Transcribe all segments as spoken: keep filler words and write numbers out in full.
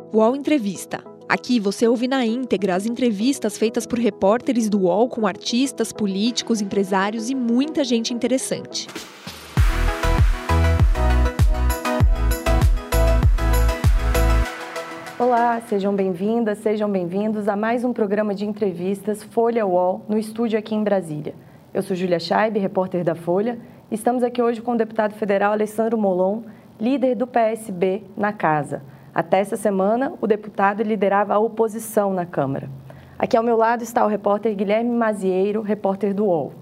U O L Entrevista. Aqui você ouve na íntegra as entrevistas feitas por repórteres do U O L com artistas, políticos, empresários e muita gente interessante. Olá, sejam bem-vindas, sejam bem-vindos a mais um programa de entrevistas Folha U O L no estúdio aqui em Brasília. Eu sou Júlia Scheib, repórter da Folha, e estamos aqui hoje com o deputado federal Alessandro Molon, líder do P S B na Casa. Até essa semana, o deputado liderava a oposição na Câmara. Aqui ao meu lado está o repórter Guilherme Mazieiro, repórter do U O L.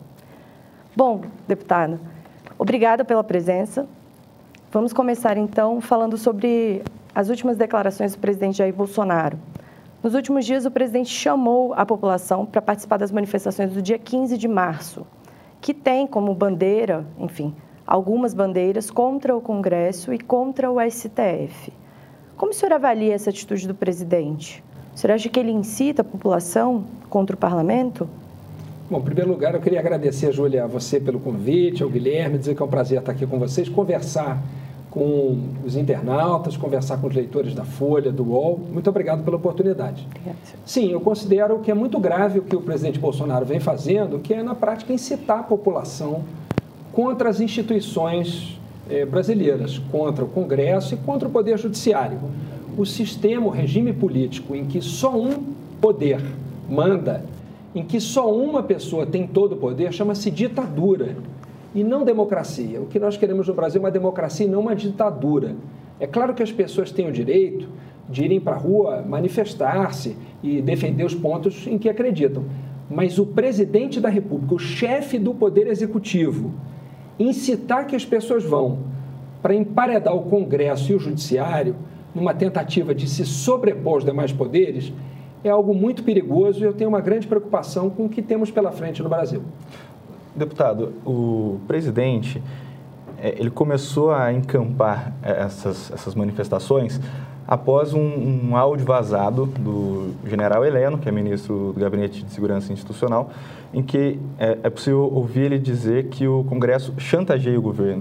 Bom, deputado, obrigada pela presença. Vamos começar, então, falando sobre as últimas declarações do presidente Jair Bolsonaro. Nos últimos dias, o presidente chamou a população para participar das manifestações do dia quinze de março, que tem como bandeira, enfim, algumas bandeiras contra o Congresso e contra o S T F. Como o senhor avalia essa atitude do presidente? O senhor acha que ele incita a população contra o parlamento? Bom, em primeiro lugar, eu queria agradecer, Júlia, a você pelo convite, ao Guilherme, dizer que é um prazer estar aqui com vocês, conversar com os internautas, conversar com os leitores da Folha, do U O L. Muito obrigado pela oportunidade. Obrigada. Sim, eu considero que é muito grave o que o presidente Bolsonaro vem fazendo, que é, na prática, incitar a população contra as instituições eh, brasileiras, contra o Congresso e contra o Poder Judiciário. O sistema, o regime político em que só um poder manda, em que só uma pessoa tem todo o poder, chama-se ditadura e não democracia. O que nós queremos no Brasil é uma democracia e não uma ditadura. É claro que as pessoas têm o direito de irem para a rua, manifestar-se e defender os pontos em que acreditam, mas o presidente da República, o chefe do Poder Executivo, incitar que as pessoas vão para emparedar o Congresso e o Judiciário numa tentativa de se sobrepor aos demais poderes é algo muito perigoso e eu tenho uma grande preocupação com o que temos pela frente no Brasil. Deputado, o presidente, ele começou a encampar essas, essas manifestações após um, um áudio vazado do general Heleno, que é ministro do Gabinete de Segurança Institucional, em que é, é possível ouvir ele dizer que o Congresso chantageia o governo.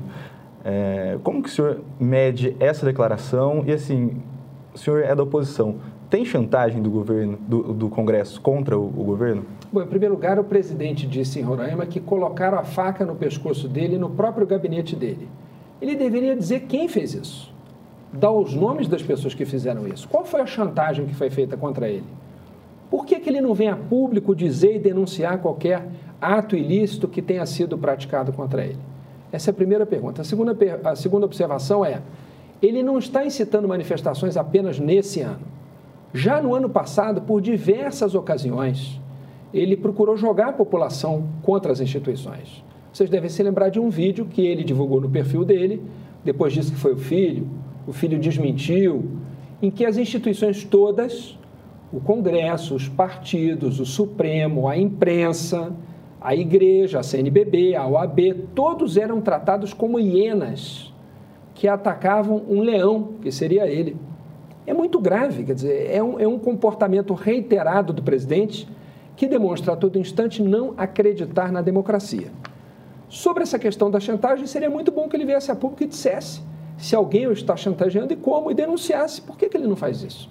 É, como que o senhor mede essa declaração? E, assim, o senhor é da oposição. Tem chantagem do governo, do, do Congresso contra o, o governo? Bom, em primeiro lugar, o presidente disse em Roraima que colocaram a faca no pescoço dele e no próprio gabinete dele. Ele deveria dizer quem fez isso. Dar os nomes das pessoas que fizeram isso. Qual foi a chantagem que foi feita contra ele? Por que que ele não vem a público dizer e denunciar qualquer ato ilícito que tenha sido praticado contra ele? Essa é a primeira pergunta. A segunda, a segunda observação é, ele não está incitando manifestações apenas nesse ano. Já no ano passado, por diversas ocasiões, ele procurou jogar a população contra as instituições. Vocês devem se lembrar de um vídeo que ele divulgou no perfil dele, depois disse que foi o filho, o filho desmentiu, em que as instituições todas, o Congresso, os partidos, o Supremo, a imprensa, a Igreja, a C N B B, a O A B, todos eram tratados como hienas que atacavam um leão, que seria ele. É muito grave, quer dizer, é um, é um comportamento reiterado do presidente que demonstra a todo instante não acreditar na democracia. Sobre essa questão da chantagem, seria muito bom que ele viesse a público e dissesse se alguém o está chantageando e como, e denunciasse. Por que que ele não faz isso?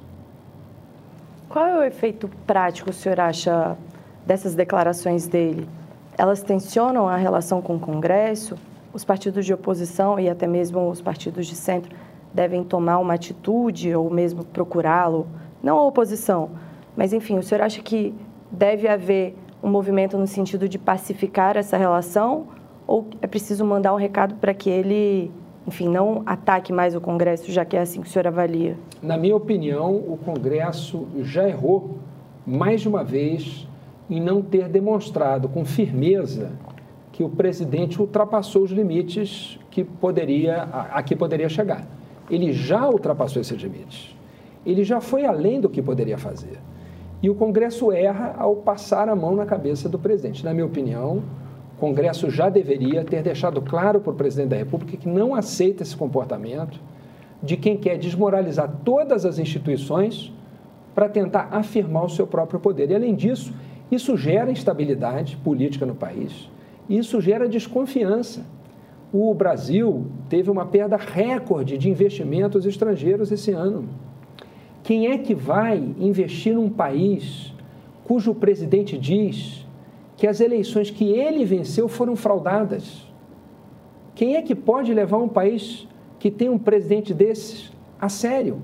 Qual é o efeito prático, o senhor acha, dessas declarações dele? Elas tensionam a relação com o Congresso? Os partidos de oposição e até mesmo os partidos de centro devem tomar uma atitude ou mesmo procurá-lo? Não a oposição, mas, enfim, o senhor acha que deve haver um movimento no sentido de pacificar essa relação ou é preciso mandar um recado para que ele, enfim, não ataque mais o Congresso, já que é assim que o senhor avalia? Na minha opinião, o Congresso já errou mais de uma vez em não ter demonstrado com firmeza que o presidente ultrapassou os limites que poderia, a, a que poderia chegar. Ele já ultrapassou esses limites. Ele já foi além do que poderia fazer. E o Congresso erra ao passar a mão na cabeça do presidente. Na minha opinião, o Congresso já deveria ter deixado claro para o presidente da República que não aceita esse comportamento de quem quer desmoralizar todas as instituições para tentar afirmar o seu próprio poder. E, além disso, isso gera instabilidade política no país, e isso gera desconfiança. O Brasil teve uma perda recorde de investimentos estrangeiros esse ano. Quem é que vai investir num país cujo presidente diz que as eleições que ele venceu foram fraudadas? Quem é que pode levar um país que tem um presidente desses a sério?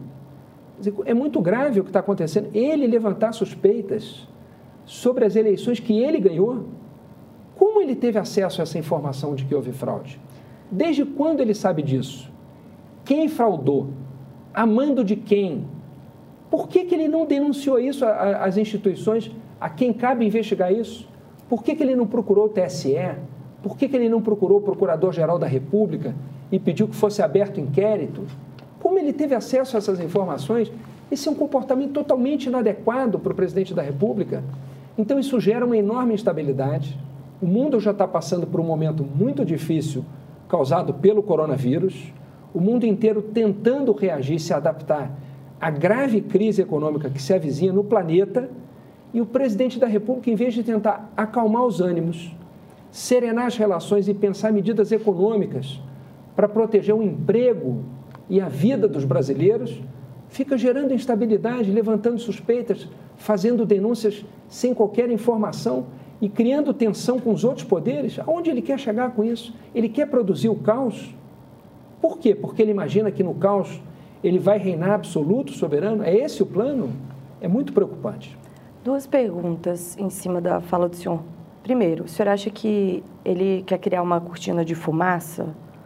É muito grave o que está acontecendo. Ele levantar suspeitas sobre as eleições que ele ganhou. Como ele teve acesso a essa informação de que houve fraude? Desde quando ele sabe disso? Quem fraudou? A mando de quem? Por que que ele não denunciou isso às instituições a quem cabe investigar isso? Por que que ele não procurou o T S E? Por que que ele não procurou o Procurador-Geral da República e pediu que fosse aberto inquérito? Como ele teve acesso a essas informações? Esse é um comportamento totalmente inadequado para o presidente da República. Então, isso gera uma enorme instabilidade. O mundo já está passando por um momento muito difícil causado pelo coronavírus. O mundo inteiro tentando reagir, se adaptar à grave crise econômica que se avizinha no planeta. E o presidente da República, em vez de tentar acalmar os ânimos, serenar as relações e pensar medidas econômicas para proteger o emprego e a vida dos brasileiros, fica gerando instabilidade, levantando suspeitas, fazendo denúncias sem qualquer informação e criando tensão com os outros poderes. Aonde ele quer chegar com isso? Ele quer produzir o caos? Por quê? Porque ele imagina que no caos ele vai reinar absoluto, soberano? É esse o plano? É muito preocupante. Duas perguntas em cima da fala do senhor. Primeiro, o senhor acha que ele quer criar uma cortina de fumaça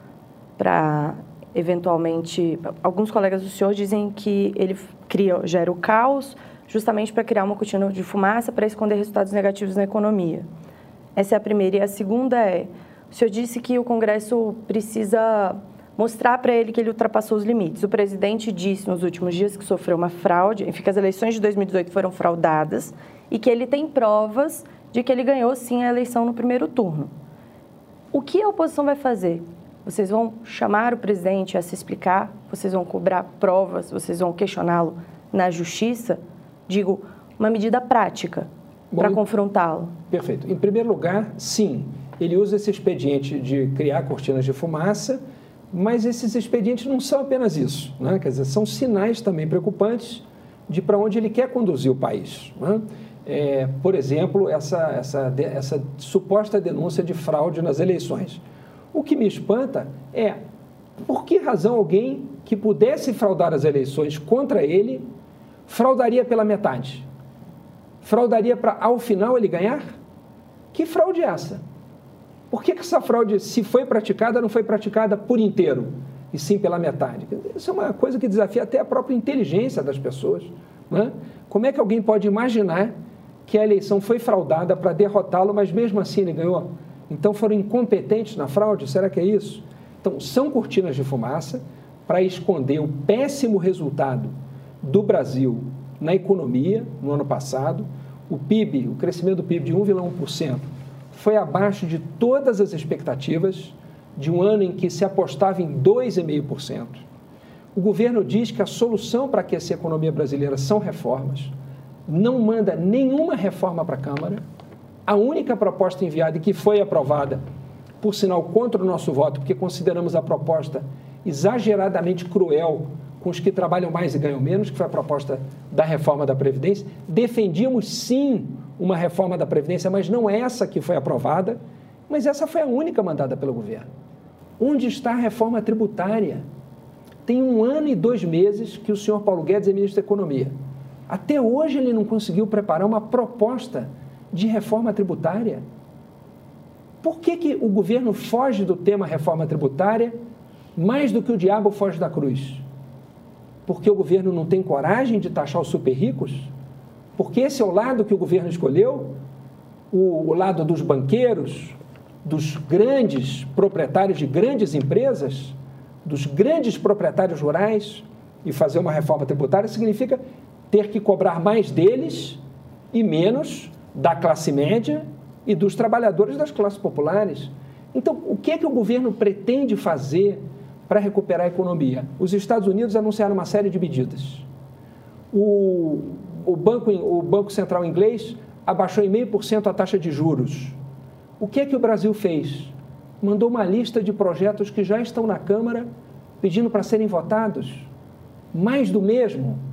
para, eventualmente... Alguns colegas do senhor dizem que ele cria, gera o caos justamente para criar uma cortina de fumaça para esconder resultados negativos na economia. Essa é a primeira. E a segunda é, o senhor disse que o Congresso precisa mostrar para ele que ele ultrapassou os limites. O presidente disse nos últimos dias que sofreu uma fraude, enfim, que as eleições de dois mil e dezoito foram fraudadas e que ele tem provas de que ele ganhou, sim, a eleição no primeiro turno. O que a oposição vai fazer? Vocês vão chamar o presidente a se explicar? Vocês vão cobrar provas? Vocês vão questioná-lo na justiça? Digo, uma medida prática para confrontá-lo. Perfeito. Em primeiro lugar, sim, ele usa esse expediente de criar cortinas de fumaça, mas esses expedientes não são apenas isso, né? Quer dizer, são sinais também preocupantes de para onde ele quer conduzir o país, né? É, por exemplo, essa, essa, essa suposta denúncia de fraude nas eleições. O que me espanta é por que razão alguém que pudesse fraudar as eleições contra ele fraudaria pela metade? Fraudaria para, ao final, ele ganhar? Que fraude é essa? Por que que essa fraude, se foi praticada, não foi praticada por inteiro, e sim pela metade? Isso é uma coisa que desafia até a própria inteligência das pessoas, né? Como é que alguém pode imaginar que a eleição foi fraudada para derrotá-lo, mas mesmo assim ele ganhou? Então foram incompetentes na fraude? Será que é isso? Então, são cortinas de fumaça para esconder o péssimo resultado do Brasil na economia no ano passado. O P I B, o crescimento do P I B de um vírgula um por cento, foi abaixo de todas as expectativas de um ano em que se apostava em dois vírgula cinco por cento. O governo diz que a solução para aquecer a economia brasileira são reformas. Não manda nenhuma reforma para a Câmara. A única proposta enviada e que foi aprovada, por sinal, contra o nosso voto, porque consideramos a proposta exageradamente cruel com os que trabalham mais e ganham menos, que foi a proposta da reforma da Previdência. Defendíamos, sim, uma reforma da Previdência, mas não essa que foi aprovada, mas essa foi a única mandada pelo governo. Onde está a reforma tributária? Tem um ano e dois meses que o senhor Paulo Guedes é ministro da Economia. Até hoje ele não conseguiu preparar uma proposta de reforma tributária. Por que que o governo foge do tema reforma tributária mais do que o diabo foge da cruz? Porque o governo não tem coragem de taxar os super ricos? Porque esse é o lado que o governo escolheu? O, o lado dos banqueiros, dos grandes proprietários de grandes empresas, dos grandes proprietários rurais? E fazer uma reforma tributária significa ter que cobrar mais deles e menos da classe média e dos trabalhadores das classes populares. Então, o que é que o governo pretende fazer para recuperar a economia? Os Estados Unidos anunciaram uma série de medidas. O, o, banco, o Banco Central inglês abaixou em zero vírgula cinco por cento a taxa de juros. O que é que o Brasil fez? Mandou uma lista de projetos que já estão na Câmara pedindo para serem votados. Mais do mesmo.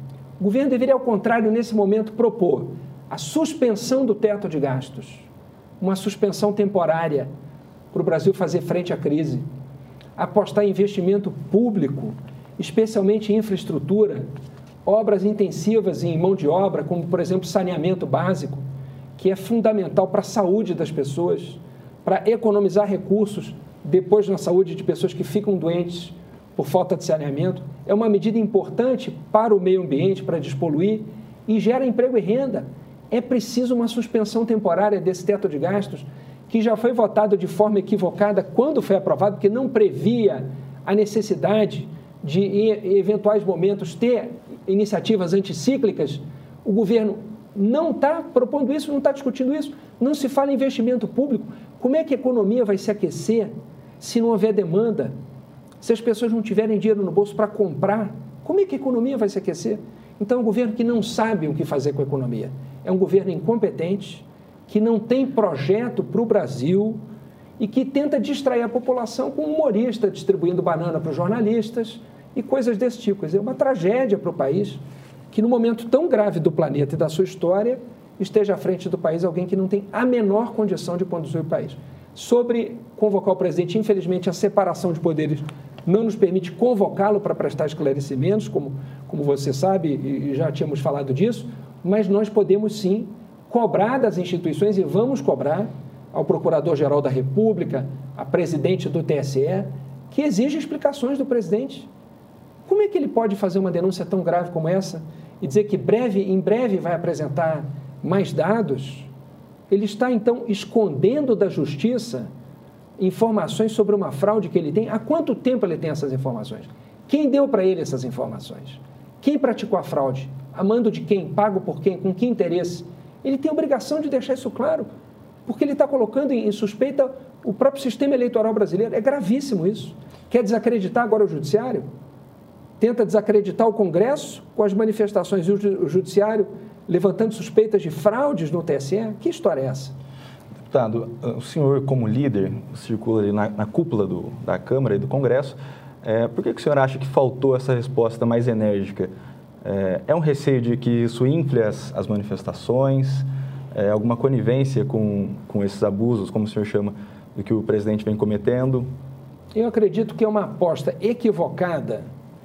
O governo deveria, ao contrário, nesse momento, propor a suspensão do teto de gastos, uma suspensão temporária para o Brasil fazer frente à crise, apostar em investimento público, especialmente em infraestrutura, obras intensivas em mão de obra, como, por exemplo, saneamento básico, que é fundamental para a saúde das pessoas, para economizar recursos depois na saúde de pessoas que ficam doentes por falta de saneamento. É uma medida importante para o meio ambiente, para despoluir, e gera emprego e renda. É preciso uma suspensão temporária desse teto de gastos, que já foi votado de forma equivocada quando foi aprovado, porque não previa a necessidade de, em eventuais momentos, ter iniciativas anticíclicas. O governo não está propondo isso, não está discutindo isso, não se fala em investimento público. Como é que a economia vai se aquecer se não houver demanda? Se as pessoas não tiverem dinheiro no bolso para comprar, como é que a economia vai se aquecer? Então, é um governo que não sabe o que fazer com a economia. É um governo incompetente, que não tem projeto para o Brasil e que tenta distrair a população com um humorista distribuindo banana para os jornalistas e coisas desse tipo. Quer dizer, é uma tragédia para o país que, num momento tão grave do planeta e da sua história, esteja à frente do país alguém que não tem a menor condição de conduzir o país. Sobre convocar o presidente, infelizmente, a separação de poderes não nos permite convocá-lo para prestar esclarecimentos, como, como você sabe, e já tínhamos falado disso, mas nós podemos sim cobrar das instituições, e vamos cobrar ao Procurador-Geral da República, a presidente do T S E, que exige explicações do presidente. Como é que ele pode fazer uma denúncia tão grave como essa e dizer que breve, em breve vai apresentar mais dados? Ele está, então, escondendo da justiça informações sobre uma fraude que ele tem. Há quanto tempo ele tem essas informações? Quem deu para ele essas informações? Quem praticou a fraude? A mando de quem? Pago por quem? Com que interesse? Ele tem a obrigação de deixar isso claro, porque ele está colocando em suspeita o próprio sistema eleitoral brasileiro. É gravíssimo isso. Quer desacreditar agora o judiciário? Tenta desacreditar o Congresso com as manifestações e o judiciário levantando suspeitas de fraudes no T S E? Que história é essa? Deputado, o senhor, como líder, circula ali na, na cúpula do, da Câmara e do Congresso. É, por que, que o senhor acha que faltou essa resposta mais enérgica? É, é um receio de que isso infle as, as manifestações? É, alguma conivência com, com esses abusos, como o senhor chama, do que o presidente vem cometendo? Eu acredito que é uma aposta equivocada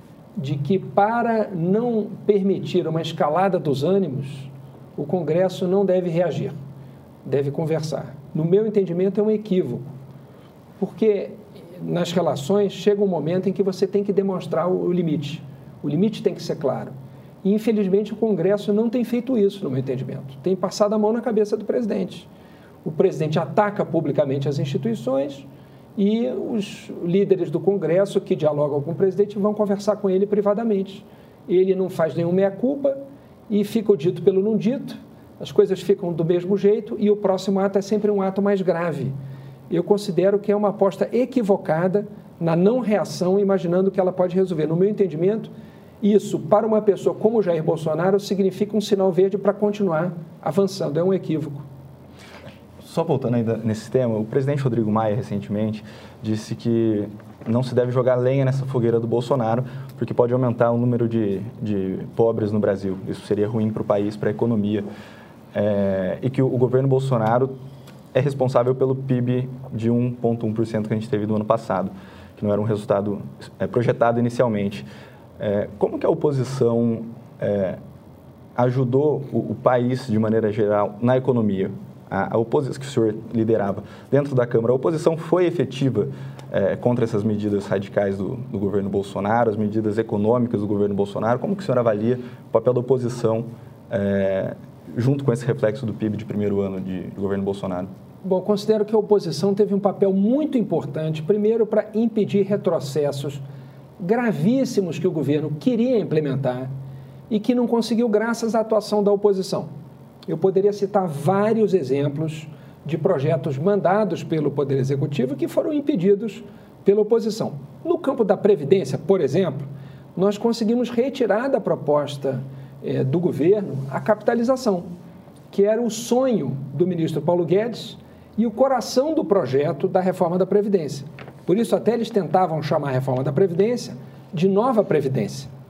de que, para não permitir uma escalada dos ânimos, o Congresso não deve reagir, deve conversar. No meu entendimento, é um equívoco, porque nas relações chega um momento em que você tem que demonstrar o limite. O limite tem que ser claro. E, infelizmente, o Congresso não tem feito isso, no meu entendimento. Tem passado a mão na cabeça do presidente. O presidente ataca publicamente as instituições e os líderes do Congresso que dialogam com o presidente vão conversar com ele privadamente. Ele não faz nenhum meia-culpa e fica o dito pelo não dito, as coisas ficam do mesmo jeito e o próximo ato é sempre um ato mais grave. Eu considero que é uma aposta equivocada na não reação, imaginando que ela pode resolver. No meu entendimento, isso, para uma pessoa como Jair Bolsonaro, significa um sinal verde para continuar avançando. É um equívoco. Só voltando ainda nesse tema, o presidente Rodrigo Maia, recentemente, disse que não se deve jogar lenha nessa fogueira do Bolsonaro, porque pode aumentar o número de, de pobres no Brasil. Isso seria ruim para o país, para a economia. É, e que o, o governo Bolsonaro é responsável pelo P I B de um vírgula um por cento que a gente teve no ano passado, que não era um resultado é, projetado inicialmente. É, como que a oposição é, ajudou o, o país, de maneira geral, na economia? A, a oposição que o senhor liderava dentro da Câmara, a oposição foi efetiva é, contra essas medidas radicais do, do governo Bolsonaro, as medidas econômicas do governo Bolsonaro? Como que o senhor avalia o papel da oposição é, junto com esse reflexo do P I B de primeiro ano de, de governo Bolsonaro? Bom, considero que a oposição teve um papel muito importante, primeiro, para impedir retrocessos gravíssimos que o governo queria implementar e que não conseguiu graças à atuação da oposição. Eu poderia citar vários exemplos de projetos mandados pelo Poder Executivo que foram impedidos pela oposição. No campo da Previdência, por exemplo, nós conseguimos retirar da proposta eh, do governo a capitalização, que era o sonho do ministro Paulo Guedes e o coração do projeto da reforma da Previdência. Por isso, até eles tentavam chamar a reforma da Previdência de nova Previdência.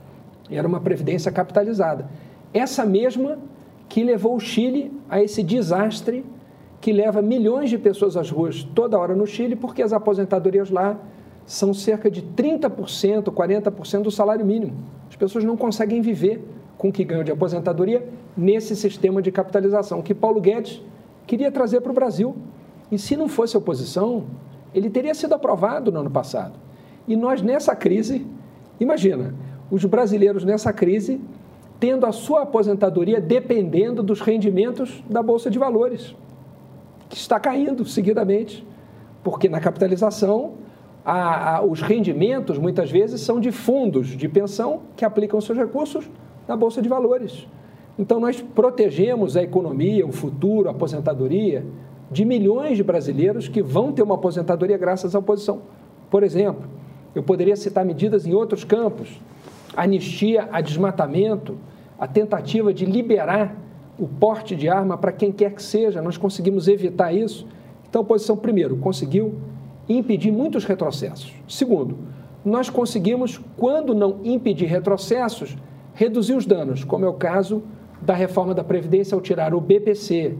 Era uma previdência capitalizada. Essa mesma que levou o Chile a esse desastre que leva milhões de pessoas às ruas toda hora no Chile, porque as aposentadorias lá são cerca de trinta por cento, quarenta por cento do salário mínimo. As pessoas não conseguem viver com o que ganham de aposentadoria nesse sistema de capitalização que Paulo Guedes queria trazer para o Brasil. E se não fosse oposição, ele teria sido aprovado no ano passado. E nós nessa crise, imagina, os brasileiros nessa crise tendo a sua aposentadoria dependendo dos rendimentos da Bolsa de Valores, que está caindo seguidamente, porque na capitalização a, a, os rendimentos muitas vezes são de fundos de pensão que aplicam seus recursos na Bolsa de Valores. Então nós protegemos a economia, o futuro, a aposentadoria de milhões de brasileiros que vão ter uma aposentadoria graças à oposição. Por exemplo, eu poderia citar medidas em outros campos, anistia a desmatamento, a tentativa de liberar o porte de arma para quem quer que seja, nós conseguimos evitar isso. Então, a oposição, primeiro, conseguiu impedir muitos retrocessos. Segundo, nós conseguimos, quando não impedir retrocessos, reduzir os danos, como é o caso da reforma da Previdência ao tirar o B P C,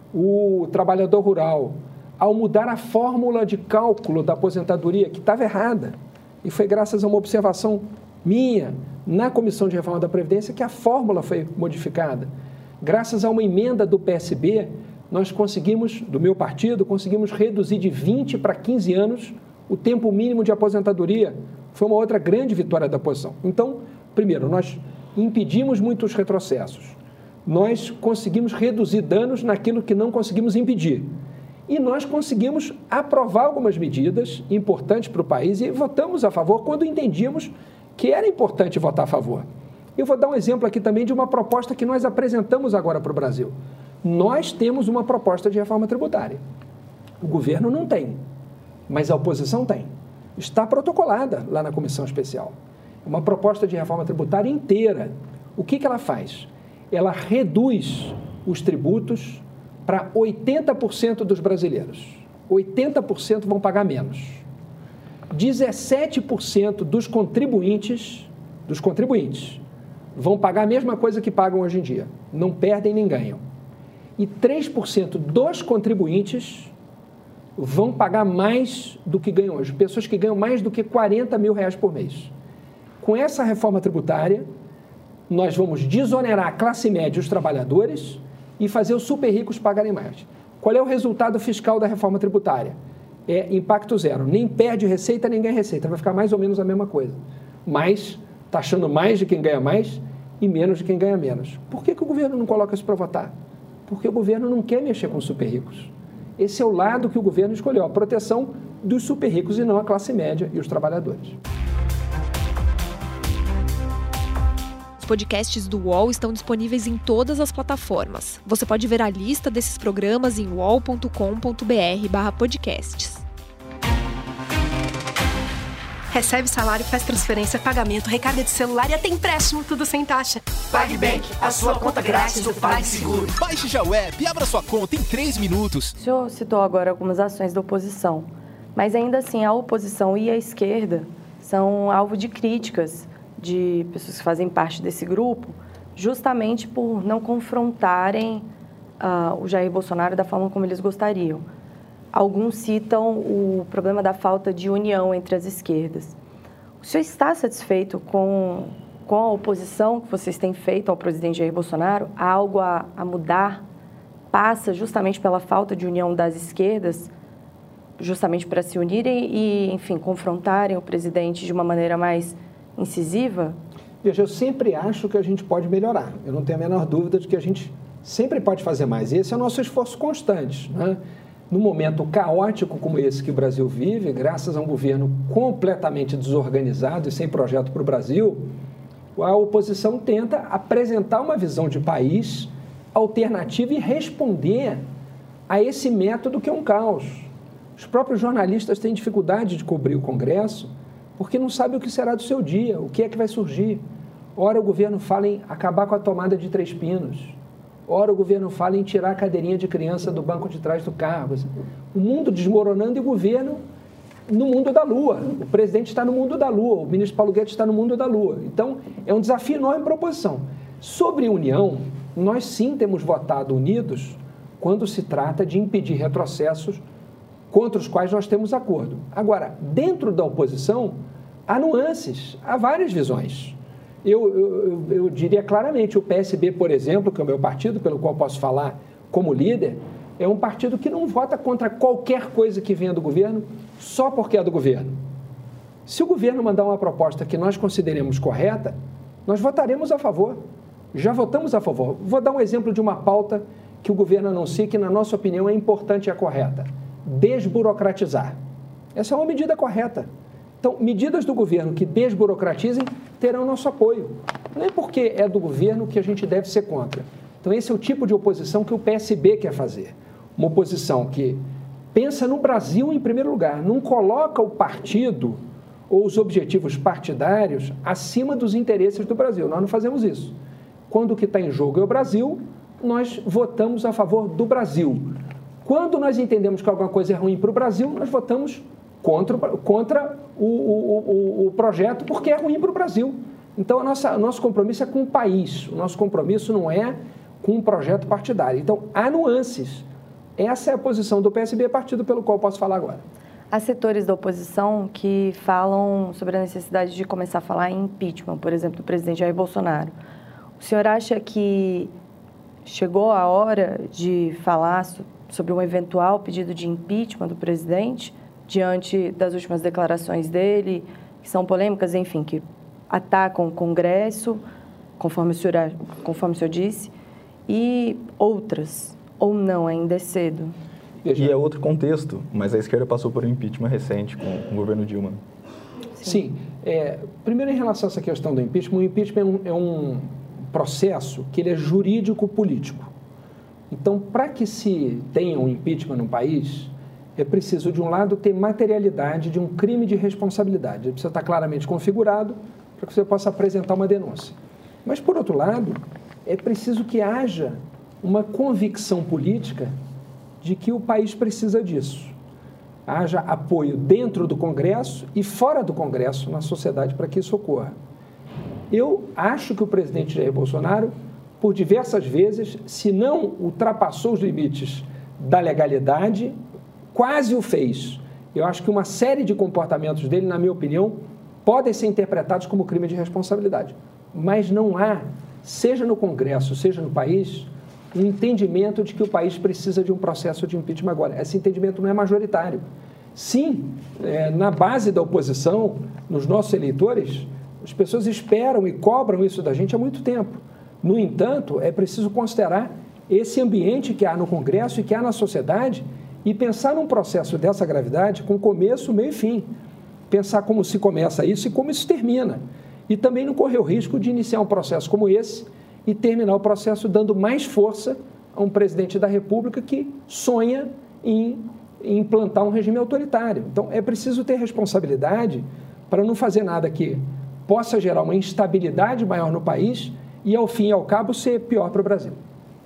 o trabalhador rural, ao mudar a fórmula de cálculo da aposentadoria, que estava errada, e foi graças a uma observação minha na Comissão de Reforma da Previdência que a fórmula foi modificada. Graças a uma emenda do P S B, nós conseguimos, do meu partido, conseguimos reduzir de vinte para quinze anos o tempo mínimo de aposentadoria. Foi uma outra grande vitória da oposição. Então, primeiro, nós impedimos muitos retrocessos. Nós conseguimos reduzir danos naquilo que não conseguimos impedir. E nós conseguimos aprovar algumas medidas importantes para o país e votamos a favor quando entendíamos que era importante votar a favor. Eu vou dar um exemplo aqui também de uma proposta que nós apresentamos agora para o Brasil. Nós temos uma proposta de reforma tributária. O governo não tem, mas a oposição tem. Está protocolada lá na Comissão Especial. Uma proposta de reforma tributária inteira. O que que ela faz? Ela reduz os tributos para oitenta por cento dos brasileiros. oitenta por cento vão pagar menos. dezessete por cento dos contribuintes, dos contribuintes vão pagar a mesma coisa que pagam hoje em dia. Não perdem nem ganham. E três por cento dos contribuintes vão pagar mais do que ganham hoje. Pessoas que ganham mais do que quarenta mil reais por mês. Com essa reforma tributária, nós vamos desonerar a classe média e os trabalhadores e fazer os super ricos pagarem mais. Qual é o resultado fiscal da reforma tributária? É impacto zero. Nem perde receita, nem ganha receita. Vai ficar mais ou menos a mesma coisa. Mas taxando mais de quem ganha mais e menos de quem ganha menos. Por que que o governo não coloca isso para votar? Porque o governo não quer mexer com os super ricos. Esse é o lado que o governo escolheu, a proteção dos super ricos e não a classe média e os trabalhadores. Os podcasts do U O L estão disponíveis em todas as plataformas. Você pode ver a lista desses programas em uol ponto com ponto br barra podcasts. Recebe salário, faz transferência, pagamento, recarga de celular e até empréstimo, tudo sem taxa. PagBank, a sua conta grátis do PagSeguro. Baixe já o app e abra sua conta em três minutos. O senhor citou agora algumas ações da oposição, mas ainda assim a oposição e a esquerda são alvo de críticas de pessoas que fazem parte desse grupo, justamente por não confrontarem uh, o Jair Bolsonaro da forma como eles gostariam. Alguns citam o problema da falta de união entre as esquerdas. O senhor está satisfeito com, com a oposição que vocês têm feito ao presidente Jair Bolsonaro? Há algo a, a mudar? Passa justamente pela falta de união das esquerdas, justamente para se unirem e, enfim, confrontarem o presidente de uma maneira mais incisiva? Veja, eu sempre acho que a gente pode melhorar. Eu não tenho a menor dúvida de que a gente sempre pode fazer mais. E esse é o nosso esforço constante, né? Num momento caótico como esse que o Brasil vive, graças a um governo completamente desorganizado e sem projeto para o Brasil, a oposição tenta apresentar uma visão de país alternativa e responder a esse método que é um caos. Os próprios jornalistas têm dificuldade de cobrir o Congresso porque não sabem o que será do seu dia, o que é que vai surgir. Ora o governo fala em acabar com a tomada de Três Pinos. Ora, o governo fala em tirar a cadeirinha de criança do banco de trás do carro. O mundo desmoronando e o governo no mundo da Lua. O presidente está no mundo da Lua, o ministro Paulo Guedes está no mundo da Lua. Então, é um desafio enorme para a oposição. Sobre união, nós sim temos votado unidos quando se trata de impedir retrocessos contra os quais nós temos acordo. Agora, dentro da oposição, há nuances, há várias visões. Eu, eu, eu diria claramente, o P S B, por exemplo, que é o meu partido, pelo qual posso falar como líder, é um partido que não vota contra qualquer coisa que venha do governo só porque é do governo. Se o governo mandar uma proposta que nós consideremos correta, nós votaremos a favor. Já votamos a favor. Vou dar um exemplo de uma pauta que o governo anuncia que, na nossa opinião, é importante e é correta. Desburocratizar. Essa é uma medida correta. Então, medidas do governo que desburocratizem terão nosso apoio. Não é porque é do governo que a gente deve ser contra. Então, esse é o tipo de oposição que o P S B quer fazer. Uma oposição que pensa no Brasil em primeiro lugar, não coloca o partido ou os objetivos partidários acima dos interesses do Brasil. Nós não fazemos isso. Quando o que está em jogo é o Brasil, nós votamos a favor do Brasil. Quando nós entendemos que alguma coisa é ruim para o Brasil, nós votamos contra, contra o, o, o, o projeto, porque é ruim para o Brasil. Então, o nosso compromisso é com o país. O nosso compromisso não é com um projeto partidário. Então, há nuances. Essa é a posição do P S B, partido pelo qual posso falar agora. Há setores da oposição que falam sobre a necessidade de começar a falar em impeachment, por exemplo, do presidente Jair Bolsonaro. O senhor acha que chegou a hora de falar sobre um eventual pedido de impeachment do presidente, diante das últimas declarações dele, que são polêmicas, enfim, que atacam o Congresso, conforme o senhor, conforme o senhor disse, e outras, ou não, ainda é cedo? E é outro contexto, mas a esquerda passou por um impeachment recente com, com o governo Dilma. Sim. Sim. É, primeiro, em relação a essa questão do impeachment, o impeachment é um, é um processo que ele é jurídico-político. Então, para que se tenha um impeachment no país, é preciso, de um lado, ter materialidade de um crime de responsabilidade. Ele precisa estar claramente configurado para que você possa apresentar uma denúncia. Mas, por outro lado, é preciso que haja uma convicção política de que o país precisa disso. Haja apoio dentro do Congresso e fora do Congresso, na sociedade, para que isso ocorra. Eu acho que o presidente Jair Bolsonaro, por diversas vezes, se não ultrapassou os limites da legalidade, quase o fez. Eu acho que uma série de comportamentos dele, na minha opinião, podem ser interpretados como crime de responsabilidade. Mas não há, seja no Congresso, seja no país, um entendimento de que o país precisa de um processo de impeachment agora. Esse entendimento não é majoritário. Sim, é, na base da oposição, nos nossos eleitores, as pessoas esperam e cobram isso da gente há muito tempo. No entanto, é preciso considerar esse ambiente que há no Congresso e que há na sociedade e pensar num processo dessa gravidade com começo, meio e fim. Pensar como se começa isso e como isso termina. E também não correr o risco de iniciar um processo como esse e terminar o processo dando mais força a um presidente da República que sonha em, em implantar um regime autoritário. Então, é preciso ter responsabilidade para não fazer nada que possa gerar uma instabilidade maior no país e, ao fim e ao cabo, ser pior para o Brasil.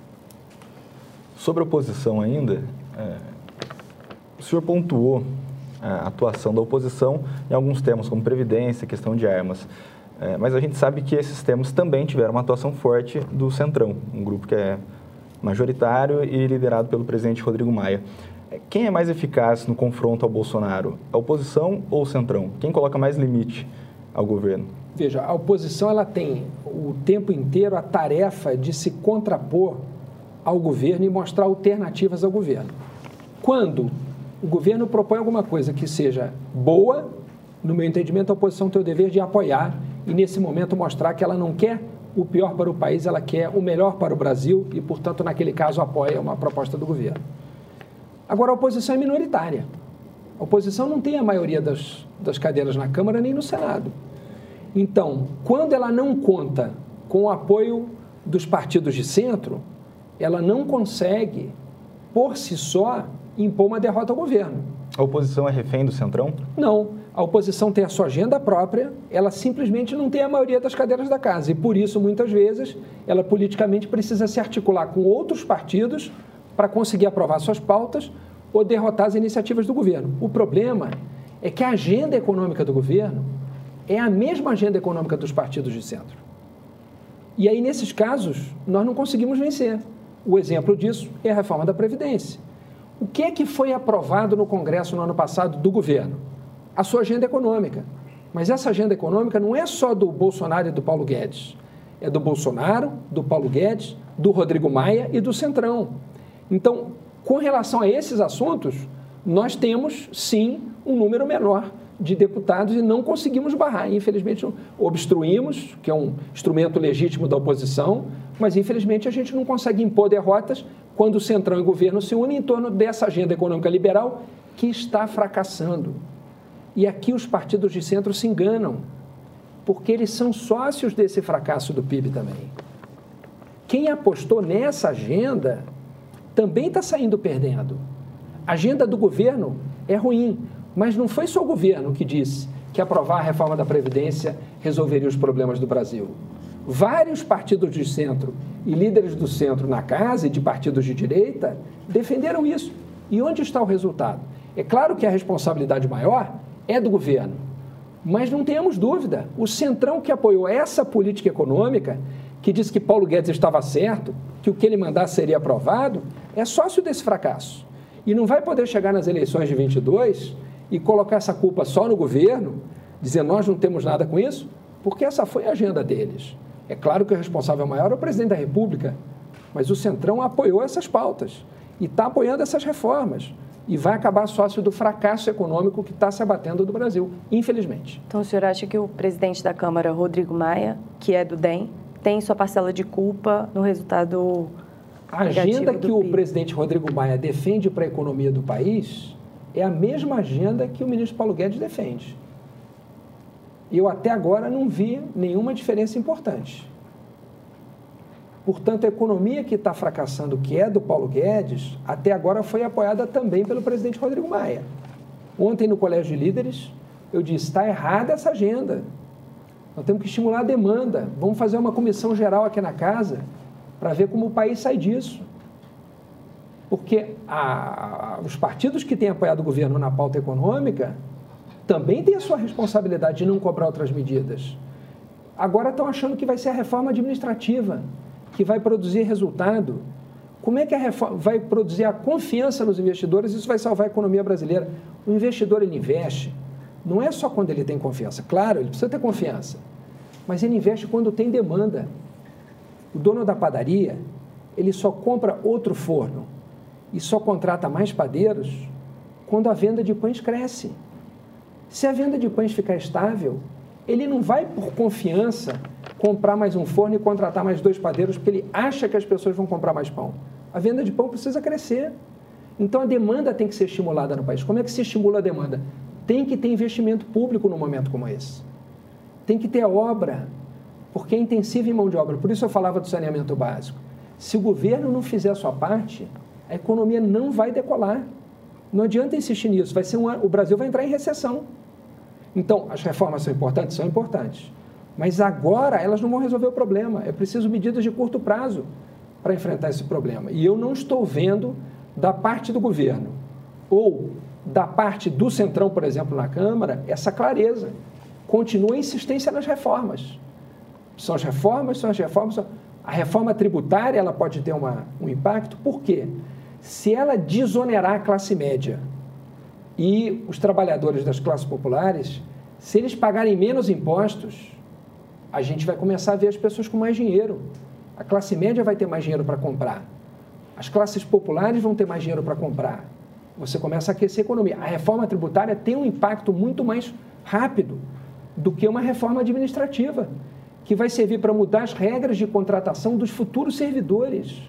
Sobre a oposição ainda, é, o senhor pontuou a atuação da oposição em alguns temas, como previdência, questão de armas. É, mas a gente sabe que esses temas também tiveram uma atuação forte do Centrão, um grupo que é majoritário e liderado pelo presidente Rodrigo Maia. Quem é mais eficaz no confronto ao Bolsonaro? A oposição ou o Centrão? Quem coloca mais limite ao governo? Veja, a oposição ela tem o tempo inteiro a tarefa de se contrapor ao governo e mostrar alternativas ao governo. Quando o governo propõe alguma coisa que seja boa, no meu entendimento, a oposição tem o dever de apoiar e, nesse momento, mostrar que ela não quer o pior para o país, ela quer o melhor para o Brasil e, portanto, naquele caso, apoia uma proposta do governo. Agora, a oposição é minoritária. A oposição não tem a maioria das, das cadeiras na Câmara nem no Senado. Então, quando ela não conta com o apoio dos partidos de centro, ela não consegue, por si só, impor uma derrota ao governo. A oposição é refém do Centrão? Não. A oposição tem a sua agenda própria, ela simplesmente não tem a maioria das cadeiras da casa. E, por isso, muitas vezes, ela politicamente precisa se articular com outros partidos para conseguir aprovar suas pautas ou derrotar as iniciativas do governo. O problema é que a agenda econômica do governo é a mesma agenda econômica dos partidos de centro. E aí, nesses casos, nós não conseguimos vencer. O exemplo disso é a reforma da Previdência. O que é que foi aprovado no Congresso no ano passado do governo? A sua agenda econômica. Mas essa agenda econômica não é só do Bolsonaro e do Paulo Guedes. É do Bolsonaro, do Paulo Guedes, do Rodrigo Maia e do Centrão. Então, com relação a esses assuntos, nós temos, sim, um número menor de deputados e não conseguimos barrar. Infelizmente, obstruímos, que é um instrumento legítimo da oposição, mas, infelizmente, a gente não consegue impor derrotas quando o Centrão e o governo se unem em torno dessa agenda econômica liberal que está fracassando. E aqui os partidos de centro se enganam, porque eles são sócios desse fracasso do P I B também. Quem apostou nessa agenda também está saindo perdendo. A agenda do governo é ruim, mas não foi só o governo que disse que aprovar a reforma da Previdência resolveria os problemas do Brasil. Vários partidos de centro e líderes do centro na casa e de partidos de direita defenderam isso. E onde está o resultado? É claro que a responsabilidade maior é do governo, mas não tenhamos dúvida, o Centrão que apoiou essa política econômica, que disse que Paulo Guedes estava certo, que o que ele mandasse seria aprovado, é sócio desse fracasso. E não vai poder chegar nas eleições de vinte e dois e colocar essa culpa só no governo, dizer nós não temos nada com isso, porque essa foi a agenda deles. É claro que o responsável maior é o presidente da República, mas o Centrão apoiou essas pautas e está apoiando essas reformas e vai acabar sócio do fracasso econômico que está se abatendo do Brasil, infelizmente. Então, o senhor acha que o presidente da Câmara, Rodrigo Maia, que é do D E M, tem sua parcela de culpa no resultado A agenda que o presidente Rodrigo Maia defende para a economia do país é a mesma agenda que o ministro Paulo Guedes defende. E eu até agora não vi nenhuma diferença importante. Portanto, a economia que está fracassando, que é do Paulo Guedes, até agora foi apoiada também pelo presidente Rodrigo Maia. Ontem, no Colégio de Líderes, eu disse, está errada essa agenda. Nós temos que estimular a demanda. Vamos fazer uma comissão geral aqui na casa para ver como o país sai disso. Porque a, a, os partidos que têm apoiado o governo na pauta econômica também têm a sua responsabilidade de não cobrar outras medidas. Agora estão achando que vai ser a reforma administrativa que vai produzir resultado. Como é que a reforma vai produzir a confiança nos investidores? Isso vai salvar a economia brasileira. O investidor, ele investe, não é só quando ele tem confiança. Claro, ele precisa ter confiança, mas ele investe quando tem demanda. O dono da padaria, ele só compra outro forno e só contrata mais padeiros quando a venda de pães cresce. Se a venda de pães ficar estável, ele não vai, por confiança, comprar mais um forno e contratar mais dois padeiros porque ele acha que as pessoas vão comprar mais pão. A venda de pão precisa crescer. Então, a demanda tem que ser estimulada no país. Como é que se estimula a demanda? Tem que ter investimento público num momento como esse. Tem que ter obra, porque é intensiva em mão de obra. Por isso eu falava do saneamento básico. Se o governo não fizer a sua parte, a economia não vai decolar. Não adianta insistir nisso. Vai ser um ano, o Brasil vai entrar em recessão. Então, as reformas são importantes? São importantes. Mas agora elas não vão resolver o problema. É preciso medidas de curto prazo para enfrentar esse problema. E eu não estou vendo da parte do governo ou da parte do Centrão, por exemplo, na Câmara, essa clareza. Continua a insistência nas reformas. São as reformas, são as reformas. São... A reforma tributária ela pode ter uma, um impacto. Por quê? Se ela desonerar a classe média e os trabalhadores das classes populares, se eles pagarem menos impostos, a gente vai começar a ver as pessoas com mais dinheiro. A classe média vai ter mais dinheiro para comprar. As classes populares vão ter mais dinheiro para comprar. Você começa a aquecer a economia. A reforma tributária tem um impacto muito mais rápido do que uma reforma administrativa, que vai servir para mudar as regras de contratação dos futuros servidores.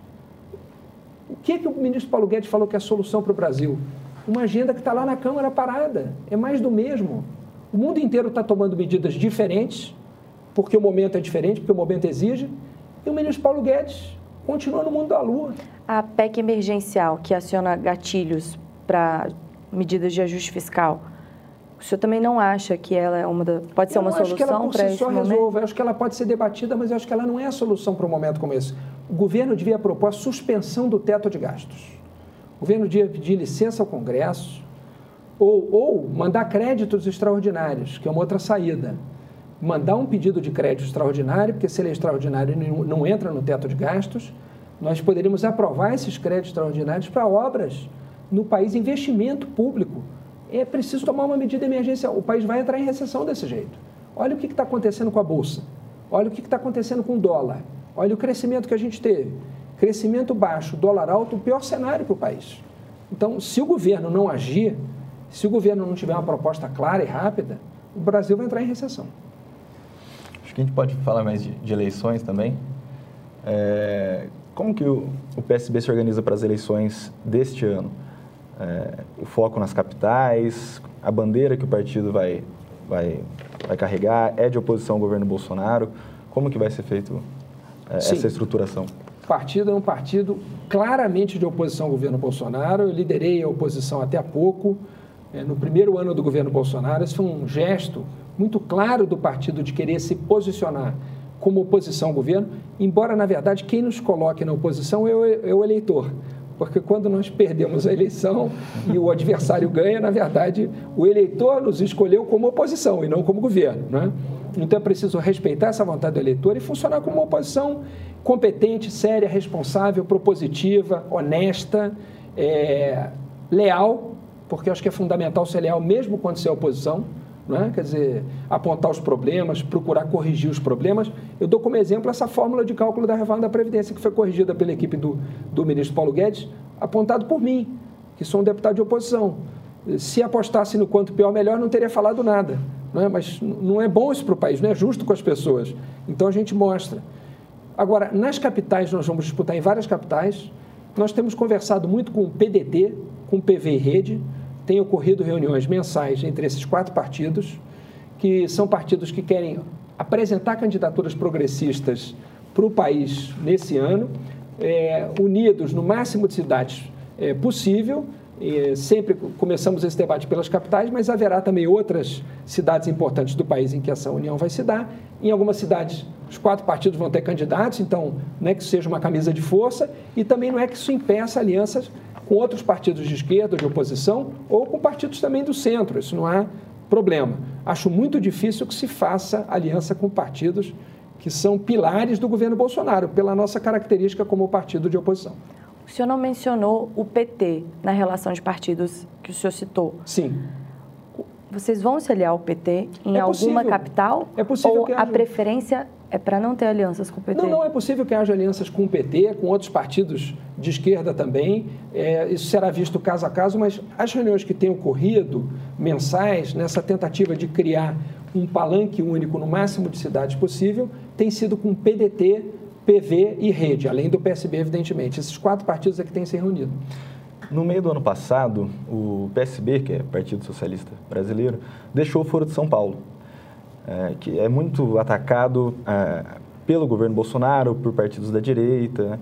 O que, que o ministro Paulo Guedes falou que é a solução para o Brasil? Uma agenda que está lá na Câmara parada. É mais do mesmo. O mundo inteiro está tomando medidas diferentes, porque o momento é diferente, porque o momento exige, e o ministro Paulo Guedes continua no mundo da lua. A P E C emergencial, que aciona gatilhos para medidas de ajuste fiscal, o senhor também não acha que ela é uma da, pode ser eu uma não acho que ela solução por para si esse só momento? Resolve. Eu acho que ela pode ser debatida, mas eu acho que ela não é a solução para um momento como esse. O governo devia propor a suspensão do teto de gastos. O governo devia pedir licença ao Congresso, Ou, ou mandar créditos extraordinários, que é uma outra saída. Mandar um pedido de crédito extraordinário, porque se ele é extraordinário não, não entra no teto de gastos, nós poderíamos aprovar esses créditos extraordinários para obras no país, investimento público. É preciso tomar uma medida emergencial. O país vai entrar em recessão desse jeito. Olha o que está acontecendo com a Bolsa. Olha o que está acontecendo com o dólar. Olha o crescimento que a gente teve. Crescimento baixo, dólar alto, o pior cenário para o país. Então, se o governo não agir, se o governo não tiver uma proposta clara e rápida, o Brasil vai entrar em recessão. Acho que a gente pode falar mais de, de eleições também. É, como que o, o P S B se organiza para as eleições deste ano? É, o foco nas capitais, a bandeira que o partido vai, vai, vai carregar, é de oposição ao governo Bolsonaro. Como que vai ser feito é, essa estruturação? O partido é um partido claramente de oposição ao governo Bolsonaro. Eu liderei a oposição até há pouco. É, no primeiro ano do governo Bolsonaro, esse foi um gesto muito claro do partido de querer se posicionar como oposição ao governo, embora, na verdade, quem nos coloque na oposição é o, é o eleitor. Porque quando nós perdemos a eleição e o adversário ganha, na verdade, o eleitor nos escolheu como oposição e não como governo, né? Então é preciso respeitar essa vontade do eleitor e funcionar como uma oposição competente, séria, responsável, propositiva, honesta, é, leal, porque eu acho que é fundamental ser leal mesmo quando você é oposição, né? Quer dizer, apontar os problemas, procurar corrigir os problemas. Eu dou como exemplo essa fórmula de cálculo da reforma da Previdência, que foi corrigida pela equipe do, do ministro Paulo Guedes, apontado por mim, que sou um deputado de oposição. Se apostasse no quanto pior, melhor, não teria falado nada, né? Mas não é bom isso para o país, não é justo com as pessoas. Então, a gente mostra. Agora, nas capitais, nós vamos disputar em várias capitais. Nós temos conversado muito com o P D T, com o P V e Rede. Tem ocorrido reuniões mensais entre esses quatro partidos, que são partidos que querem apresentar candidaturas progressistas para o país nesse ano, é, unidos no máximo de cidades é, possível. E sempre começamos esse debate pelas capitais, mas haverá também outras cidades importantes do país em que essa união vai se dar. Em algumas cidades, os quatro partidos vão ter candidatos, então não é que isso seja uma camisa de força e também não é que isso impeça alianças com outros partidos de esquerda, de oposição, ou com partidos também do centro. Isso não há problema. Acho muito difícil que se faça aliança com partidos que são pilares do governo Bolsonaro, pela nossa característica como partido de oposição. O senhor não mencionou o P T na relação de partidos que o senhor citou. Sim. Vocês vão se aliar ao P T em é alguma possível. capital? É possível ou que haja... a preferência é para não ter alianças com o P T? Não, não é possível que haja alianças com o P T, com outros partidos de esquerda também. É, isso será visto caso a caso, mas as reuniões que têm ocorrido, mensais, nessa tentativa de criar um palanque único no máximo de cidades possível, tem sido com P D T, P V e Rede, além do P S B, evidentemente. Esses quatro partidos é que têm se reunido. No meio do ano passado, o P S B, que é o Partido Socialista Brasileiro, deixou o Foro de São Paulo, é, que é muito atacado é, pelo governo Bolsonaro, por partidos da direita.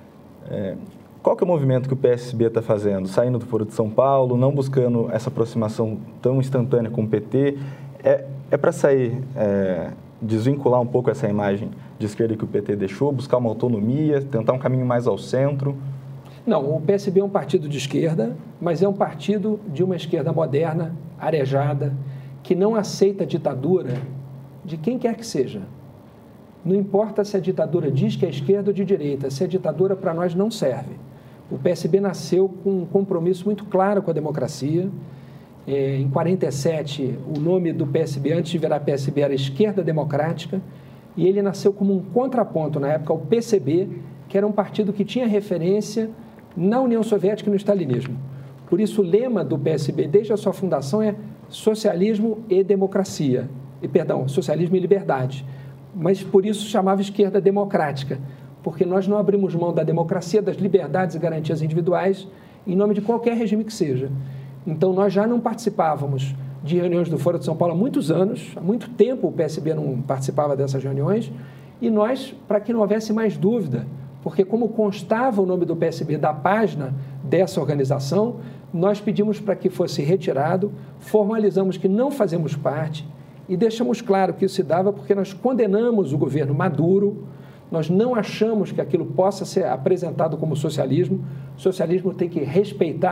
É, qual que é o movimento que o P S B está fazendo? Saindo do Foro de São Paulo, não buscando essa aproximação tão instantânea com o P T. É, é para sair, é, desvincular um pouco essa imagem de esquerda que o P T deixou, buscar uma autonomia, tentar um caminho mais ao centro? Não, o P S B é um partido de esquerda, mas é um partido de uma esquerda moderna, arejada, que não aceita a ditadura de quem quer que seja. Não importa se a ditadura diz que é esquerda ou de direita, se a ditadura para nós não serve. O P S B nasceu com um compromisso muito claro com a democracia. É, em quarenta e sete, o nome do P S B, antes de virar P S B, era Esquerda Democrática, e ele nasceu como um contraponto, na época, ao P C B, que era um partido que tinha referência na União Soviética e no stalinismo. Por isso, o lema do P S B, desde a sua fundação, é socialismo e democracia. E, perdão, socialismo e liberdade. Mas, por isso, chamava Esquerda Democrática, porque nós não abrimos mão da democracia, das liberdades e garantias individuais, em nome de qualquer regime que seja. Então, nós já não participávamos de reuniões do Foro de São Paulo há muitos anos, há muito tempo o P S B não participava dessas reuniões, e nós, para que não houvesse mais dúvida, porque como constava o nome do P S B da página dessa organização, nós pedimos para que fosse retirado, formalizamos que não fazemos parte e deixamos claro que isso se dava porque nós condenamos o governo Maduro, nós não achamos que aquilo possa ser apresentado como socialismo. O socialismo tem que respeitar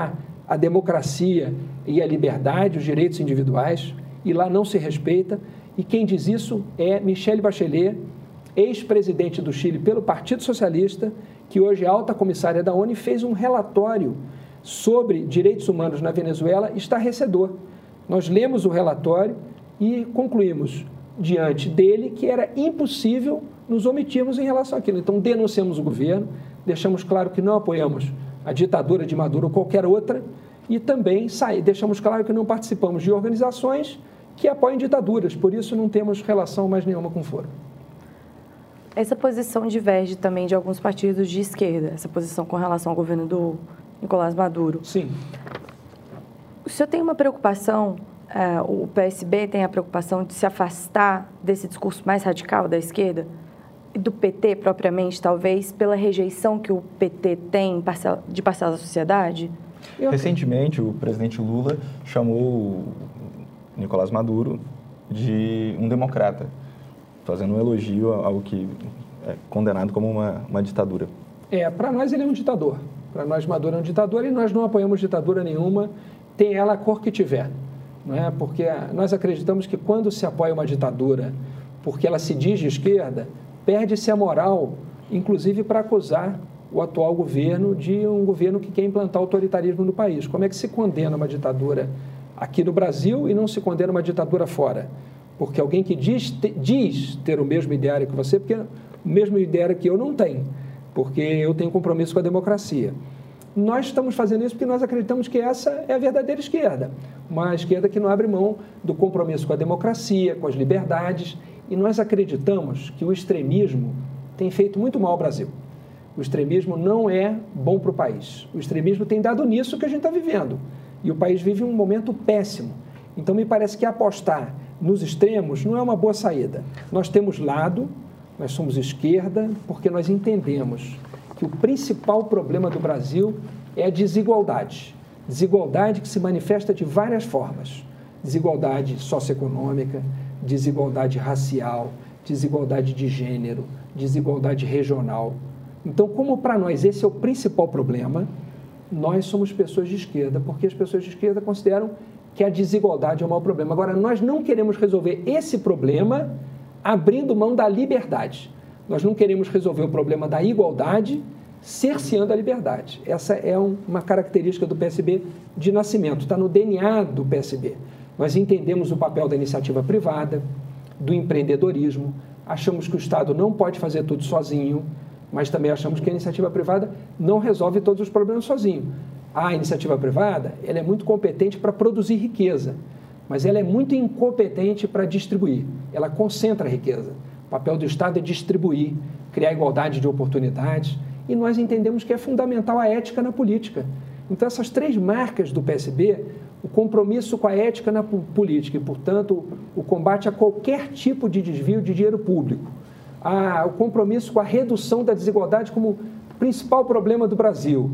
a democracia e a liberdade, os direitos individuais, e lá não se respeita. E quem diz isso é Michelle Bachelet, ex-presidente do Chile pelo Partido Socialista, que hoje é alta comissária da ONU, e fez um relatório sobre direitos humanos na Venezuela estarrecedor. Nós lemos o relatório e concluímos diante dele que era impossível nos omitirmos em relação àquilo. Então, denunciamos o governo, deixamos claro que não apoiamos a ditadura de Maduro ou qualquer outra, e também saí, deixamos claro que não participamos de organizações que apoiam ditaduras, por isso não temos relação mais nenhuma com o Foro. Essa posição diverge também de alguns partidos de esquerda, essa posição com relação ao governo do Nicolás Maduro. Sim. O senhor tem uma preocupação, uh, o P S B tem a preocupação de se afastar desse discurso mais radical da esquerda? Do P T propriamente, talvez, pela rejeição que o P T tem de parcela da sociedade? Eu... Recentemente, o presidente Lula chamou o Nicolás Maduro de um democrata, fazendo um elogio ao que é condenado como uma, uma ditadura. É, para nós ele é um ditador. Para nós Maduro é um ditador e nós não apoiamos ditadura nenhuma, tem ela a cor que tiver. Não é? Porque nós acreditamos que quando se apoia uma ditadura porque ela se diz de esquerda, perde-se a moral, inclusive para acusar o atual governo de um governo que quer implantar autoritarismo no país. Como é que se condena uma ditadura aqui no Brasil e não se condena uma ditadura fora? Porque alguém que diz, te, diz ter o mesmo ideário que você, porque o mesmo ideário que eu não tenho, porque eu tenho compromisso com a democracia. Nós estamos fazendo isso porque nós acreditamos que essa é a verdadeira esquerda, uma esquerda que não abre mão do compromisso com a democracia, com as liberdades, e nós acreditamos que o extremismo tem feito muito mal ao Brasil. O extremismo não é bom para o país. O extremismo tem dado nisso que a gente está vivendo. E o país vive um momento péssimo. Então, me parece que apostar nos extremos não é uma boa saída. Nós temos lado, nós somos esquerda, porque nós entendemos que o principal problema do Brasil é a desigualdade. Desigualdade que se manifesta de várias formas. Desigualdade socioeconômica, desigualdade racial, desigualdade de gênero, desigualdade regional. Então, como para nós esse é o principal problema, nós somos pessoas de esquerda, porque as pessoas de esquerda consideram que a desigualdade é o maior problema. Agora, nós não queremos resolver esse problema abrindo mão da liberdade. Nós não queremos resolver o problema da igualdade cerceando a liberdade. Essa é um, uma característica do P S B de nascimento, está no D N A do P S B. Nós entendemos o papel da iniciativa privada, do empreendedorismo, achamos que o Estado não pode fazer tudo sozinho, mas também achamos que a iniciativa privada não resolve todos os problemas sozinho. A iniciativa privada, ela é muito competente para produzir riqueza, mas ela é muito incompetente para distribuir. Ela concentra a riqueza. O papel do Estado é distribuir, criar igualdade de oportunidades, e nós entendemos que é fundamental a ética na política. Então, essas três marcas do P S B, o compromisso com a ética na política e, portanto, o combate a qualquer tipo de desvio de dinheiro público, a, o compromisso com a redução da desigualdade como principal problema do Brasil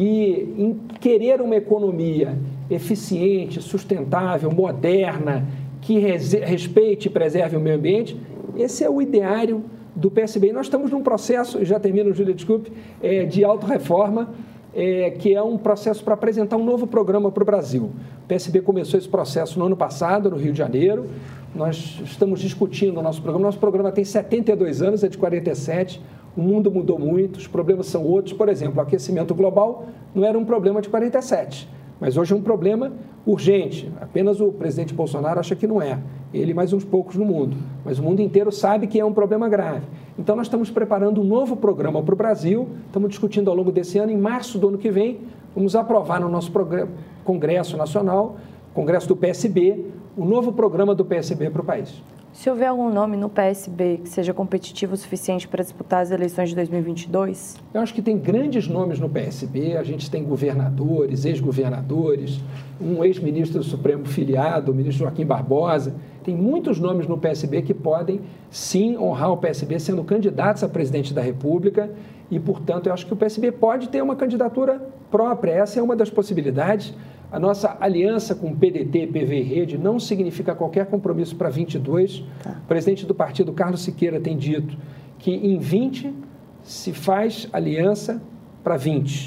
e em querer uma economia eficiente, sustentável, moderna, que respeite e preserve o meio ambiente, esse é o ideário do P S B. E nós estamos num processo, já termino, Júlia, desculpe, é, de autorreforma, é, que é um processo para apresentar um novo programa para o Brasil. O P S B começou esse processo no ano passado, no Rio de Janeiro. Nós estamos discutindo o nosso programa. Nosso programa tem setenta e dois anos, é de quarenta e sete. O mundo mudou muito, os problemas são outros. Por exemplo, o aquecimento global não era um problema de quarenta e sete, mas hoje é um problema urgente. Apenas o presidente Bolsonaro acha que não é. Ele e mais uns poucos no mundo. Mas o mundo inteiro sabe que é um problema grave. Então, nós estamos preparando um novo programa para o Brasil. Estamos discutindo ao longo desse ano. Em março do ano que vem, vamos aprovar no nosso Congresso Nacional, Congresso do P S B, o novo programa do P S B para o país. Se houver algum nome no P S B que seja competitivo o suficiente para disputar as eleições de dois mil e vinte e dois? Eu acho que tem grandes nomes no P S B. A gente tem governadores, ex-governadores, um ex-ministro do Supremo filiado, o ministro Joaquim Barbosa. Tem muitos nomes no P S B que podem, sim, honrar o P S B sendo candidatos a presidente da República e, portanto, eu acho que o P S B pode ter uma candidatura própria. Essa é uma das possibilidades. A nossa aliança com o P D T, P V e Rede não significa qualquer compromisso para vinte e dois. Tá. O presidente do partido, Carlos Siqueira, tem dito que em vinte se faz aliança para vinte.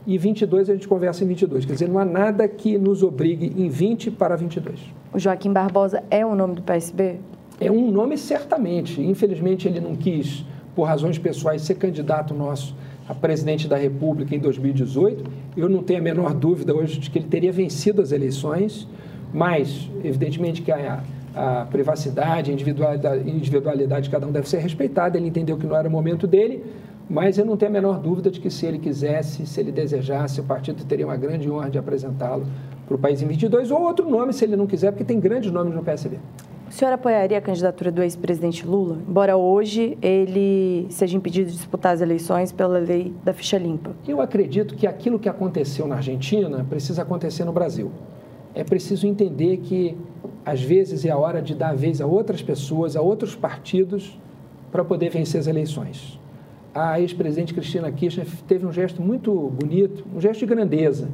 e vinte e dois a gente conversa em vinte e dois. Quer dizer, não há nada que nos obrigue em vinte para vinte e dois. O Joaquim Barbosa é o nome do P S B? É um nome, certamente. Infelizmente, ele não quis, por razões pessoais, ser candidato nosso a presidente da República em dois mil e dezoito. Eu não tenho a menor dúvida hoje de que ele teria vencido as eleições, mas, evidentemente, que a, a privacidade, a individualidade, individualidade de cada um deve ser respeitada. Ele entendeu que não era o momento dele, mas eu não tenho a menor dúvida de que, se ele quisesse, se ele desejasse, o partido teria uma grande honra de apresentá-lo para o país em vinte e dois, ou outro nome, se ele não quiser, porque tem grandes nomes no P S B. O senhor apoiaria a candidatura do ex-presidente Lula, embora hoje ele seja impedido de disputar as eleições pela lei da ficha limpa? Eu acredito que aquilo que aconteceu na Argentina precisa acontecer no Brasil. É preciso entender que, às vezes, é a hora de dar a vez a outras pessoas, a outros partidos, para poder vencer as eleições. A ex-presidente Cristina Kirchner teve um gesto muito bonito, um gesto de grandeza,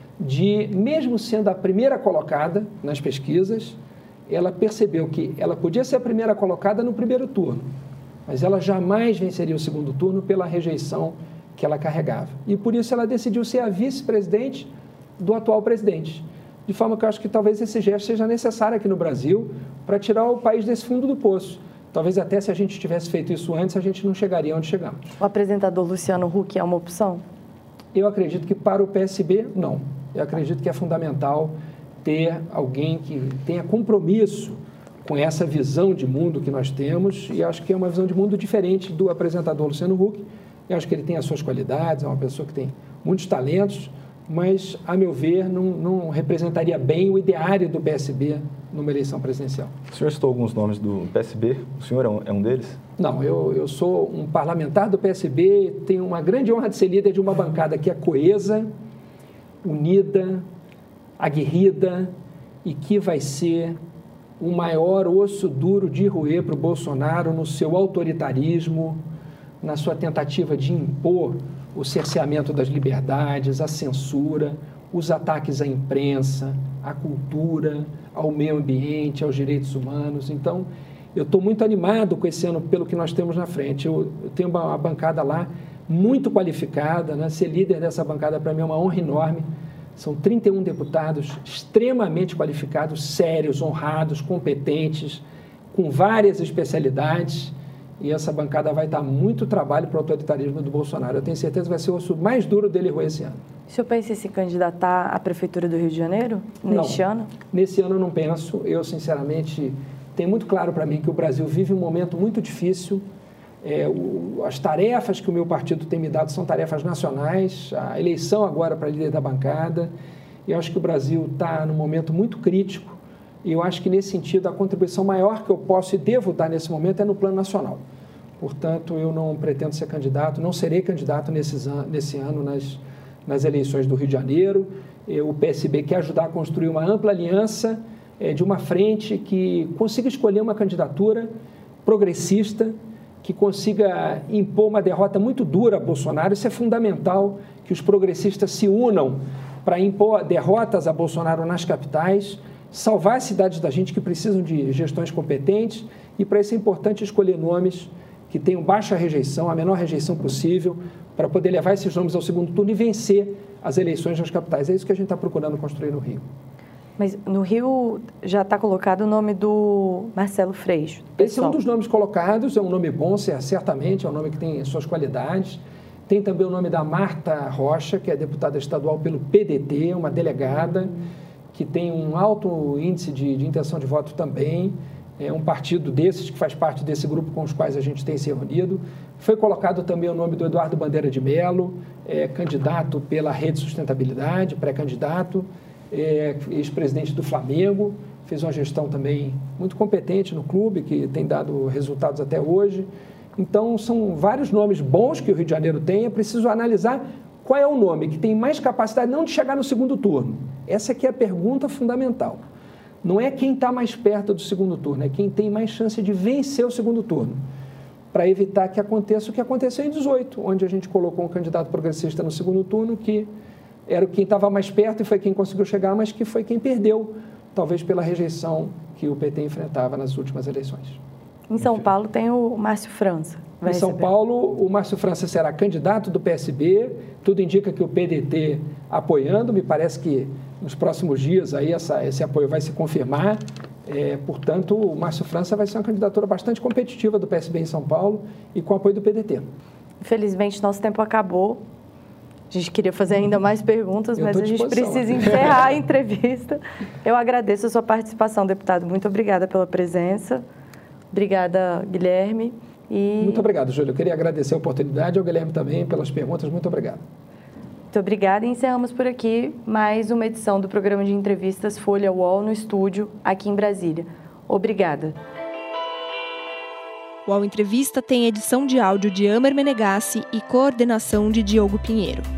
de, mesmo sendo a primeira colocada nas pesquisas, ela percebeu que ela podia ser a primeira colocada no primeiro turno, mas ela jamais venceria o segundo turno pela rejeição que ela carregava. E por isso ela decidiu ser a vice-presidente do atual presidente. De forma que eu acho que talvez esse gesto seja necessário aqui no Brasil para tirar o país desse fundo do poço. Talvez até se a gente tivesse feito isso antes, a gente não chegaria onde chegamos. O apresentador Luciano Huck é uma opção? Eu acredito que para o P S B, não. Eu acredito que é fundamental ter alguém que tenha compromisso com essa visão de mundo que nós temos, e acho que é uma visão de mundo diferente do apresentador Luciano Huck. Eu acho que ele tem as suas qualidades, é uma pessoa que tem muitos talentos, mas, a meu ver, não, não representaria bem o ideário do P S B numa eleição presidencial. O senhor citou alguns nomes do P S B, o senhor é um, é um deles? Não, eu, eu sou um parlamentar do P S B, tenho uma grande honra de ser líder de uma bancada que é coesa, unida, aguerrida e que vai ser o maior osso duro de roer para o Bolsonaro no seu autoritarismo, na sua tentativa de impor o cerceamento das liberdades, a censura, os ataques à imprensa, à cultura, ao meio ambiente, aos direitos humanos. Então, eu estou muito animado com esse ano pelo que nós temos na frente. Eu, eu tenho uma, uma bancada lá muito qualificada, né? Ser líder dessa bancada para mim é uma honra enorme. São trinta e um deputados extremamente qualificados, sérios, honrados, competentes, com várias especialidades, e essa bancada vai dar muito trabalho para o autoritarismo do Bolsonaro. Eu tenho certeza que vai ser o osso mais duro dele roer esse ano. O senhor pensa em se candidatar à Prefeitura do Rio de Janeiro neste não, ano? Nesse ano eu não penso. Eu, sinceramente, tenho muito claro para mim que o Brasil vive um momento muito difícil. É, o, as tarefas que o meu partido tem me dado são tarefas nacionais, a eleição agora para líder da bancada, e eu acho que o Brasil está num momento muito crítico, e eu acho que, nesse sentido, a contribuição maior que eu posso e devo dar nesse momento é no plano nacional. Portanto, eu não pretendo ser candidato, não serei candidato nesses an- nesse ano nas, nas eleições do Rio de Janeiro. Eu, o P S B quer ajudar a construir uma ampla aliança é, de uma frente que consiga escolher uma candidatura progressista, que consiga impor uma derrota muito dura a Bolsonaro. Isso é fundamental, que os progressistas se unam para impor derrotas a Bolsonaro nas capitais, salvar as cidades da gente que precisam de gestões competentes, e para isso é importante escolher nomes que tenham baixa rejeição, a menor rejeição possível, para poder levar esses nomes ao segundo turno e vencer as eleições nas capitais. É isso que a gente está procurando construir no Rio. Mas no Rio já está colocado o nome do Marcelo Freixo. Esse é um dos nomes colocados, é um nome bom, certamente, é um nome que tem suas qualidades. Tem também o nome da Marta Rocha, que é deputada estadual pelo P D T, uma delegada, que tem um alto índice de, de intenção de voto também. É um partido desses, que faz parte desse grupo com os quais a gente tem se reunido. Foi colocado também o nome do Eduardo Bandeira de Mello, é, candidato pela Rede Sustentabilidade, pré-candidato, é, ex-presidente do Flamengo, fez uma gestão também muito competente no clube, que tem dado resultados até hoje. Então, são vários nomes bons que o Rio de Janeiro tem, é preciso analisar qual é o nome que tem mais capacidade não de chegar no segundo turno. Essa aqui é a pergunta fundamental. Não é quem está mais perto do segundo turno, é quem tem mais chance de vencer o segundo turno, para evitar que aconteça o que aconteceu em dezoito, onde a gente colocou um candidato progressista no segundo turno, que era quem estava mais perto e foi quem conseguiu chegar, mas que foi quem perdeu, talvez pela rejeição que o P T enfrentava nas últimas eleições. Em São Paulo tem o Márcio França. Em São Paulo, o Márcio França será candidato do P S B, tudo indica que o P D T apoiando, me parece que nos próximos dias aí essa, esse apoio vai se confirmar, é, portanto, o Márcio França vai ser uma candidatura bastante competitiva do P S B em São Paulo e com apoio do P D T. Infelizmente, nosso tempo acabou. A gente queria fazer ainda mais perguntas, Eu mas a gente precisa encerrar a entrevista. Eu agradeço a sua participação, deputado. Muito obrigada pela presença. Obrigada, Guilherme. E... Muito obrigado, Júlia. Eu queria agradecer a oportunidade, ao Guilherme também, pelas perguntas. Muito obrigado. Muito obrigada. E encerramos por aqui mais uma edição do programa de entrevistas Folha U O L no estúdio, aqui em Brasília. Obrigada. O U O L Entrevista tem edição de áudio de Amer Menegassi e coordenação de Diogo Pinheiro.